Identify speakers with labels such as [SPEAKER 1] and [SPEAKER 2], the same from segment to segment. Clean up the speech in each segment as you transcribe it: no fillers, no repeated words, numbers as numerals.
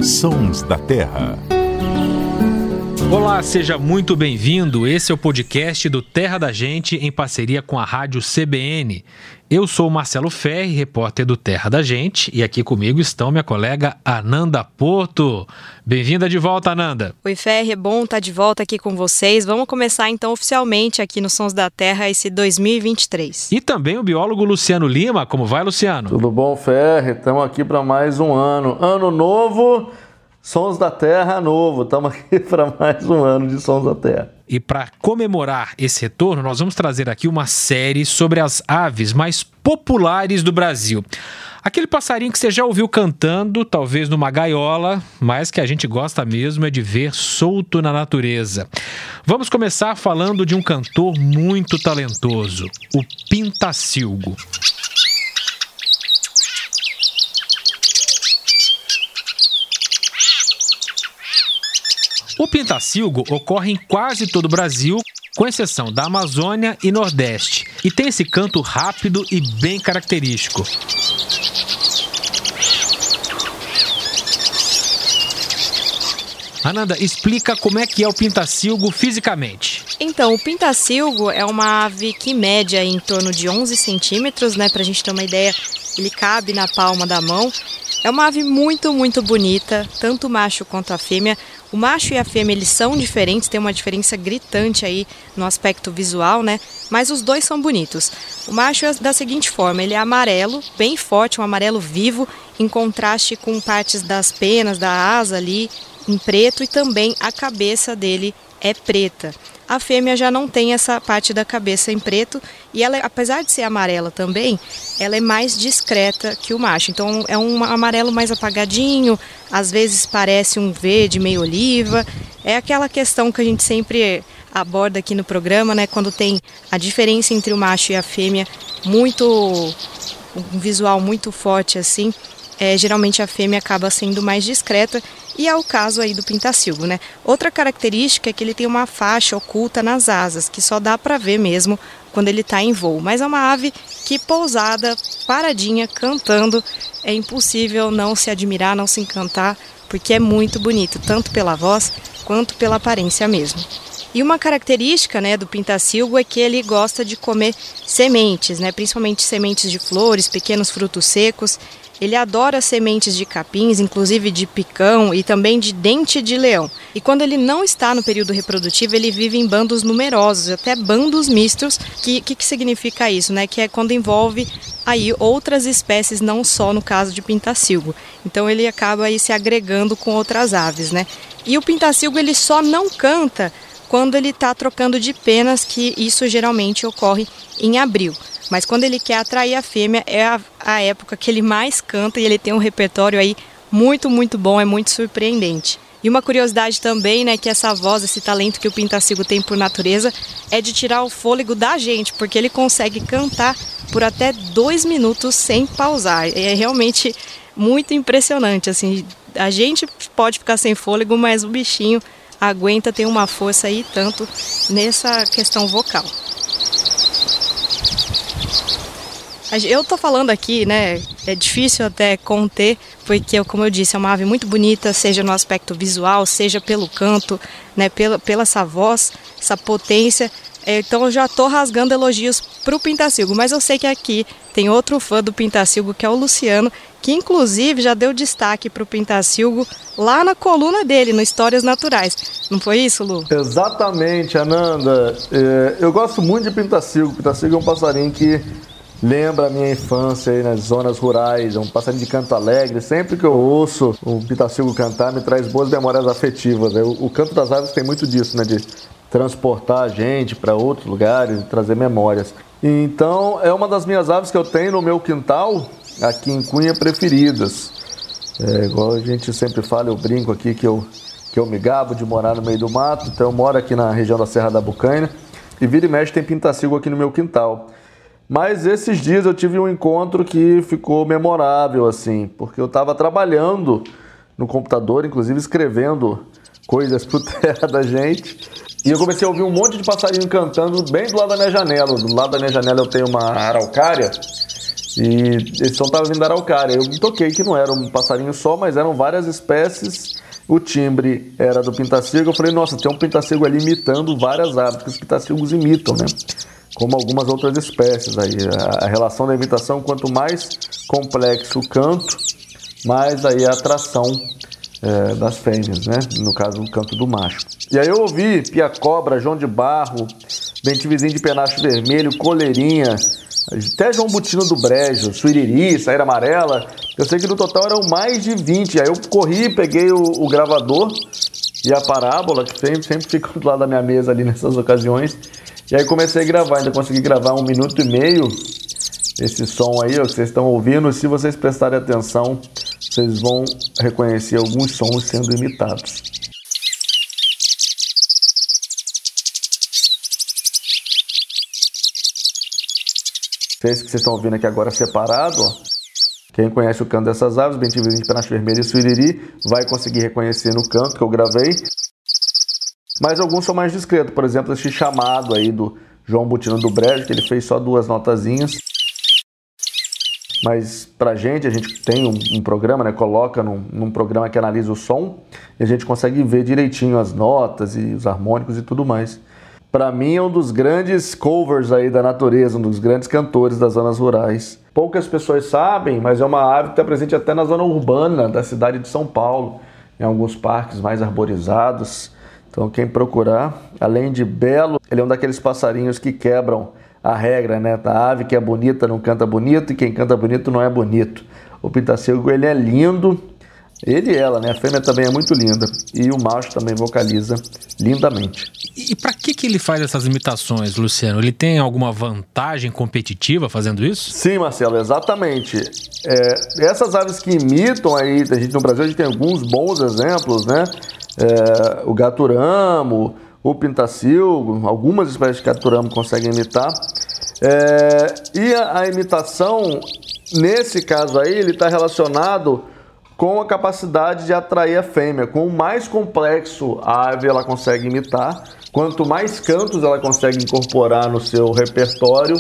[SPEAKER 1] Sons da Terra.
[SPEAKER 2] Olá, seja muito bem-vindo. Esse é o podcast do Terra da Gente em parceria com a Rádio CBN. Eu sou o Marcelo Ferri, repórter do Terra da Gente, e aqui comigo estão minha colega Ananda Porto. Bem-vinda de volta, Ananda.
[SPEAKER 3] Oi, Ferri, é bom estar de volta aqui com vocês. Vamos começar então oficialmente aqui no Sons da Terra esse 2023.
[SPEAKER 2] E também o biólogo Luciano Lima. Como vai, Luciano?
[SPEAKER 4] Tudo bom, Ferri? Estamos aqui para mais um ano. Ano novo, Sons da Terra novo. Estamos aqui para mais um ano de Sons da Terra.
[SPEAKER 2] E para comemorar esse retorno, nós vamos trazer aqui uma série sobre as aves mais populares do Brasil. Aquele passarinho que você já ouviu cantando, talvez numa gaiola, mas que a gente gosta mesmo é de ver solto na natureza. Vamos começar falando de um cantor muito talentoso, o pintacilgo. O pintacilgo ocorre em quase todo o Brasil, com exceção da Amazônia e Nordeste, e tem esse canto rápido e bem característico. Ananda, explica como é que é o pintacilgo fisicamente.
[SPEAKER 3] Então, o pintacilgo é uma ave que mede em torno de 11 centímetros, né? Pra gente ter uma ideia, ele cabe na palma da mão. É uma ave muito, muito bonita, tanto o macho quanto a fêmea. O macho e a fêmea, eles são diferentes, tem uma diferença gritante aí no aspecto visual, né? Mas os dois são bonitos. O macho é da seguinte forma, ele é amarelo, bem forte, um amarelo vivo, em contraste com partes das penas, da asa ali, em preto, e também a cabeça dele é preta. A fêmea já não tem essa parte da cabeça em preto e ela, apesar de ser amarela também, ela é mais discreta que o macho. Então é um amarelo mais apagadinho, às vezes parece um verde meio oliva. É aquela questão que a gente sempre aborda aqui no programa, né? Quando tem a diferença entre o macho e a fêmea, um visual muito forte assim, geralmente a fêmea acaba sendo mais discreta. E é o caso aí do pintacilgo, né? Outra característica é que ele tem uma faixa oculta nas asas, que só dá para ver mesmo quando ele está em voo. Mas é uma ave que pousada, paradinha, cantando, é impossível não se admirar, não se encantar, porque é muito bonito, tanto pela voz quanto pela aparência mesmo. E uma característica, né, do pintacilgo é que ele gosta de comer sementes, né, principalmente sementes de flores, pequenos frutos secos. Ele adora sementes de capins, inclusive de picão e também de dente de leão. E quando ele não está no período reprodutivo, ele vive em bandos numerosos, até bandos mistos. Que significa isso, né? Que é quando envolve aí outras espécies, não só no caso de pintacilgo. Então ele acaba aí se agregando com outras aves, né? E o pintacilgo ele só não canta quando ele está trocando de penas, que isso geralmente ocorre em abril. Mas quando ele quer atrair a fêmea, é a época que ele mais canta e ele tem um repertório aí muito, muito bom, é muito surpreendente. E uma curiosidade também, né, que essa voz, esse talento que o pintacilgo tem por natureza, é de tirar o fôlego da gente, porque ele consegue cantar por até 2 minutos sem pausar. É realmente muito impressionante, assim, a gente pode ficar sem fôlego, mas o bichinho aguenta, tem uma força aí tanto nessa questão vocal. Eu tô falando aqui, né, é difícil até conter, porque, como eu disse, é uma ave muito bonita, seja no aspecto visual, seja pelo canto, né, pela essa voz, essa potência. Então eu já tô rasgando elogios pro pintacilgo, mas eu sei que aqui tem outro fã do pintacilgo, que é o Luciano, que inclusive já deu destaque pro pintacilgo lá na coluna dele, no Histórias Naturais. Não foi isso, Lu?
[SPEAKER 4] Exatamente, Ananda. Eu gosto muito de pintacilgo. Pintacilgo é um passarinho que lembra a minha infância aí nas zonas rurais, é um passarinho de canto alegre. Sempre que eu ouço o pintacilgo cantar, me traz boas memórias afetivas. O canto das aves tem muito disso, né, de transportar a gente para outros lugares, trazer memórias. Então, é uma das minhas aves que eu tenho no meu quintal, aqui em Cunha, preferidas. Igual a gente sempre fala, eu brinco aqui que eu me gabo de morar no meio do mato. Então, eu moro aqui na região da Serra da Bucaina e vira e mexe tem pintacilgo aqui no meu quintal. Mas esses dias eu tive um encontro que ficou memorável, assim, porque eu estava trabalhando no computador, inclusive escrevendo coisas pro Terra da Gente, e eu comecei a ouvir um monte de passarinho cantando bem do lado da minha janela. Do lado da minha janela eu tenho uma araucária, E esse som estava vindo da araucária. Eu me toquei que não era um passarinho só, mas eram várias espécies. O timbre era do pintacilgo. Eu falei, nossa, tem um pintacilgo ali imitando várias aves, que os pintacilgos imitam, né? Como algumas outras espécies aí. A relação da imitação, quanto mais complexo o canto, mais aí a atração das fêmeas, né? No caso, o canto do macho. E aí eu ouvi pia-cobra, João de Barro, bentivizinho de penacho vermelho, coleirinha, até João Butino do Brejo, suiriri, saíra amarela. Eu sei que no total eram mais de 20. Aí eu corri, peguei o gravador e a parábola, que sempre fica do lado da minha mesa ali nessas ocasiões. E aí comecei a gravar, ainda consegui gravar 1 minuto e meio esse som aí, ó, que vocês estão ouvindo. Se vocês prestarem atenção, vocês vão reconhecer alguns sons sendo imitados. Esse que vocês estão ouvindo aqui agora separado, ó. Quem conhece o canto dessas aves, bentivizinho de penacho vermelho e suiriri, vai conseguir reconhecer no canto que eu gravei. Mas alguns são mais discretos, por exemplo, esse chamado aí do João Butino do Brejo, que ele fez só 2 notazinhas. Mas pra gente, a gente tem um programa, né? Coloca num programa que analisa o som e a gente consegue ver direitinho as notas e os harmônicos e tudo mais. Pra mim é um dos grandes covers aí da natureza, um dos grandes cantores das zonas rurais. Poucas pessoas sabem, mas é uma ave que está presente até na zona urbana da cidade de São Paulo, em alguns parques mais arborizados. Então quem procurar, além de belo, ele é um daqueles passarinhos que quebram a regra, né? A ave que é bonita não canta bonito e quem canta bonito não é bonito. O pintacilgo, ele é lindo, ele e ela, né? A fêmea também é muito linda e o macho também vocaliza lindamente.
[SPEAKER 2] E para que ele faz essas imitações, Luciano? Ele tem alguma vantagem competitiva fazendo isso?
[SPEAKER 4] Sim, Marcelo, exatamente. Essas aves que imitam aí, a gente no Brasil a gente tem alguns bons exemplos, né? O gaturamo, o pintacilgo, algumas espécies de gaturamo conseguem imitar. E a imitação, nesse caso aí, ele está relacionado com a capacidade de atrair a fêmea. Com o mais complexo a ave ela consegue imitar, quanto mais cantos ela consegue incorporar no seu repertório,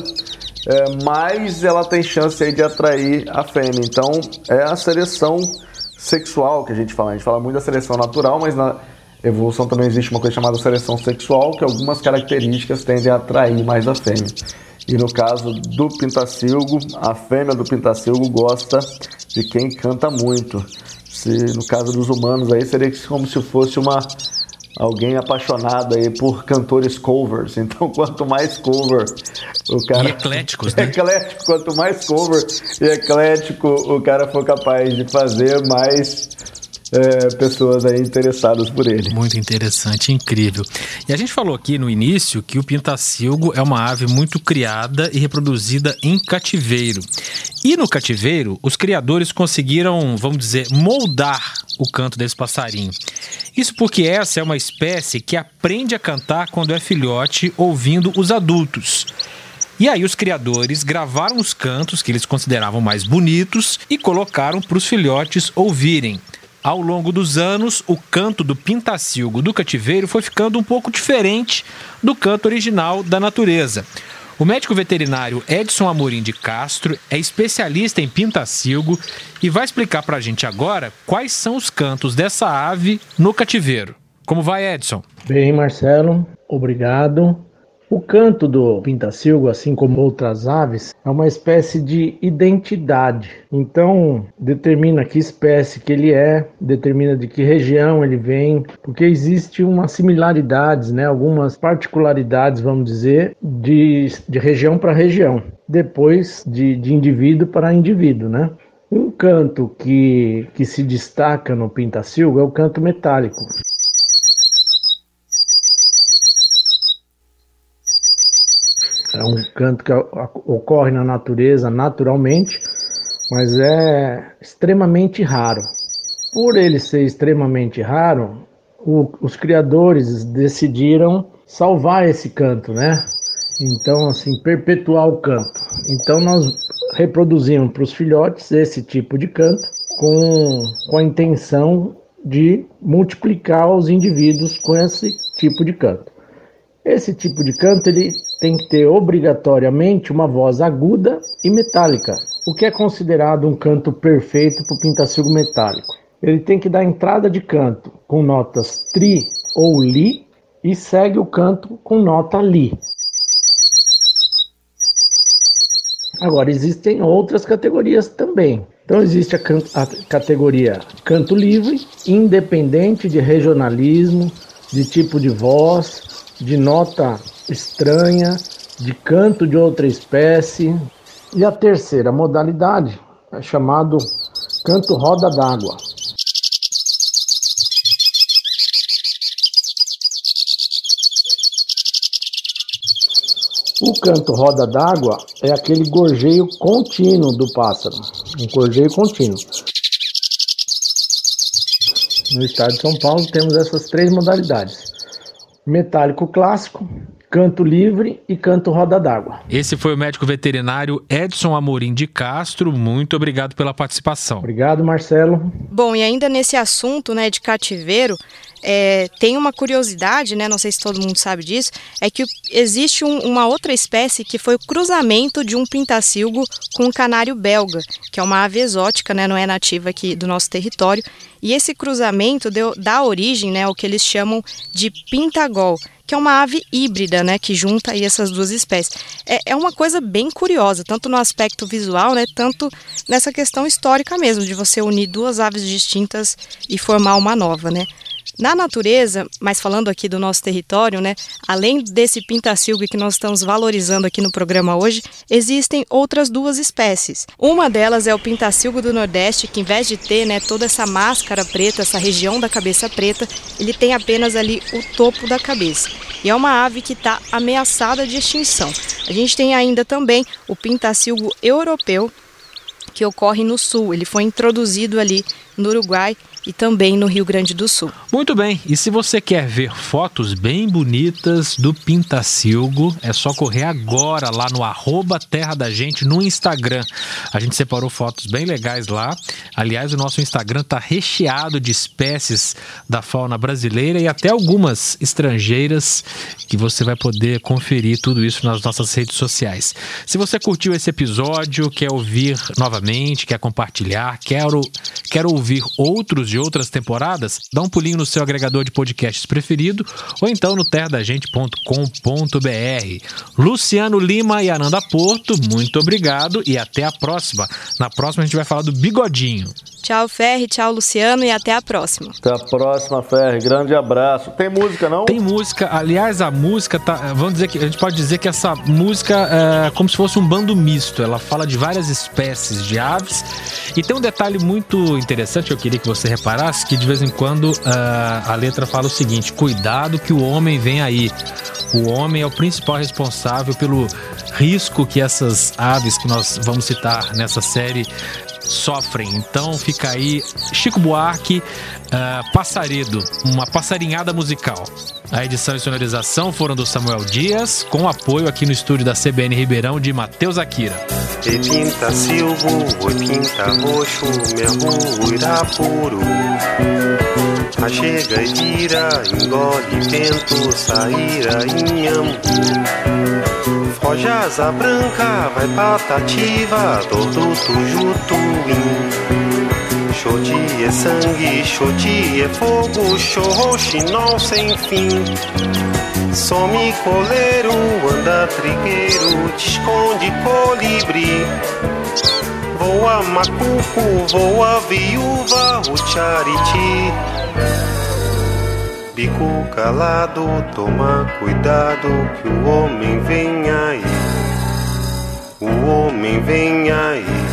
[SPEAKER 4] mais ela tem chance aí de atrair a fêmea. Então é a seleção sexual que a gente fala muito da seleção natural, mas na evolução também existe uma coisa chamada seleção sexual, que algumas características tendem a atrair mais a fêmea. E no caso do pintacilgo, a fêmea do pintacilgo gosta de quem canta muito. No caso dos humanos aí seria como se fosse alguém apaixonado aí por cantores covers. Então quanto mais cover o cara...
[SPEAKER 2] E ecléticos, né?
[SPEAKER 4] Eclético, quanto mais cover e eclético o cara for capaz de fazer, mais pessoas aí interessadas por ele.
[SPEAKER 2] Muito interessante, incrível. E a gente falou aqui no início que o pintacilgo é uma ave muito criada e reproduzida em cativeiro. E no cativeiro, os criadores conseguiram, vamos dizer, moldar o canto desse passarinho. Isso porque essa é uma espécie que aprende a cantar quando é filhote, ouvindo os adultos. E aí os criadores gravaram os cantos que eles consideravam mais bonitos e colocaram para os filhotes ouvirem. Ao longo dos anos, o canto do pintacilgo do cativeiro foi ficando um pouco diferente do canto original da natureza. O médico veterinário Edson Amorim de Castro é especialista em pintacilgo e vai explicar para a gente agora quais são os cantos dessa ave no cativeiro. Como vai, Edson?
[SPEAKER 1] Bem, Marcelo, obrigado. O canto do pintacilgo, assim como outras aves, é uma espécie de identidade. Então, determina que espécie que ele é, determina de que região ele vem, porque existe umas similaridades, né, algumas particularidades, vamos dizer, de região para região, depois de indivíduo para indivíduo, né? Um canto que se destaca no pintacilgo é o canto metálico. É um canto que ocorre na natureza naturalmente, mas é extremamente raro. Por ele ser extremamente raro, os criadores decidiram salvar esse canto, né? Então, assim, perpetuar o canto. Então, nós reproduzimos para os filhotes esse tipo de canto com a intenção de multiplicar os indivíduos com esse tipo de canto. Esse tipo de canto ele tem que ter obrigatoriamente uma voz aguda e metálica. O que é considerado um canto perfeito para o pintacilgo metálico? Ele tem que dar entrada de canto com notas tri ou li e segue o canto com nota li. Agora, existem outras categorias também. Então, existe a categoria canto livre, independente de regionalismo, de tipo de voz, de nota estranha, de canto de outra espécie. E a terceira modalidade é chamado canto roda d'água. O canto roda d'água é aquele gorjeio contínuo do pássaro, um gorjeio contínuo. No estado de São Paulo temos essas 3 modalidades: metálico clássico, canto livre e canto roda d'água.
[SPEAKER 2] Esse foi o médico veterinário Edson Amorim de Castro. Muito obrigado pela participação.
[SPEAKER 1] Obrigado, Marcelo.
[SPEAKER 3] Bom, e ainda nesse assunto, né, de cativeiro, tem uma curiosidade, né, não sei se todo mundo sabe disso, é que existe uma outra espécie que foi o cruzamento de um pintacilgo com um canário belga, que é uma ave exótica, né, não é nativa aqui do nosso território, e esse cruzamento dá origem, né, ao que eles chamam de pintagol, que é uma ave híbrida, né, que junta aí essas duas espécies. É uma coisa bem curiosa, tanto no aspecto visual, né, tanto nessa questão histórica mesmo, de você unir 2 aves distintas e formar uma nova, né. Na natureza, mas falando aqui do nosso território, né, além desse pintacilgo que nós estamos valorizando aqui no programa hoje, existem outras 2 espécies. Uma delas é o pintacilgo do Nordeste, que em vez de ter, né, toda essa máscara preta, essa região da cabeça preta, ele tem apenas ali o topo da cabeça. E é uma ave que está ameaçada de extinção. A gente tem ainda também o pintacilgo europeu, que ocorre no sul. Ele foi introduzido ali no Uruguai e também no Rio Grande do Sul.
[SPEAKER 2] Muito bem, e se você quer ver fotos bem bonitas do pintacilgo, é só correr agora lá no @terradagente no Instagram. A gente separou fotos bem legais lá. Aliás, o nosso Instagram está recheado de espécies da fauna brasileira e até algumas estrangeiras, que você vai poder conferir tudo isso nas nossas redes sociais. Se você curtiu esse episódio, quer ouvir novamente, quer compartilhar, quer ouvir outros de outras temporadas, dá um pulinho no seu agregador de podcasts preferido ou então no terradagente.com.br. Luciano Lima e Ananda Porto, muito obrigado e até a próxima. Na próxima a gente vai falar do bigodinho.
[SPEAKER 3] Tchau, Ferri, tchau, Luciano, e até a próxima.
[SPEAKER 4] Até a próxima, Ferri. Grande abraço. Tem música, não?
[SPEAKER 2] Tem música. Aliás, a música vamos dizer que a gente pode dizer que essa música é como se fosse um bando misto. Ela fala de várias espécies de aves. E tem um detalhe muito interessante que eu queria que você reparasse, que de vez em quando a letra fala o seguinte: cuidado que o homem vem aí. O homem é o principal responsável pelo risco que essas aves que nós vamos citar nessa série sofrem. Então fica aí Chico Buarque, Passaredo, uma passarinhada musical. A edição e sonorização foram do Samuel Dias, com apoio aqui no estúdio da CBN Ribeirão de Matheus Akira.
[SPEAKER 5] E pintacilgo, oi pinta roxo, meu Uirapuru. A chega e vira, engole vento, saíra inhambu. Foge asa branca, vai patativa, dor do tujutuim. Xoti é sangue, xoti é fogo, xorroxinol sem fim. Some coleiro, anda trigueiro, te esconde colibri. Voa macuco, voa viúva, o chariti. Bico calado, toma cuidado que o homem vem aí. O homem vem aí.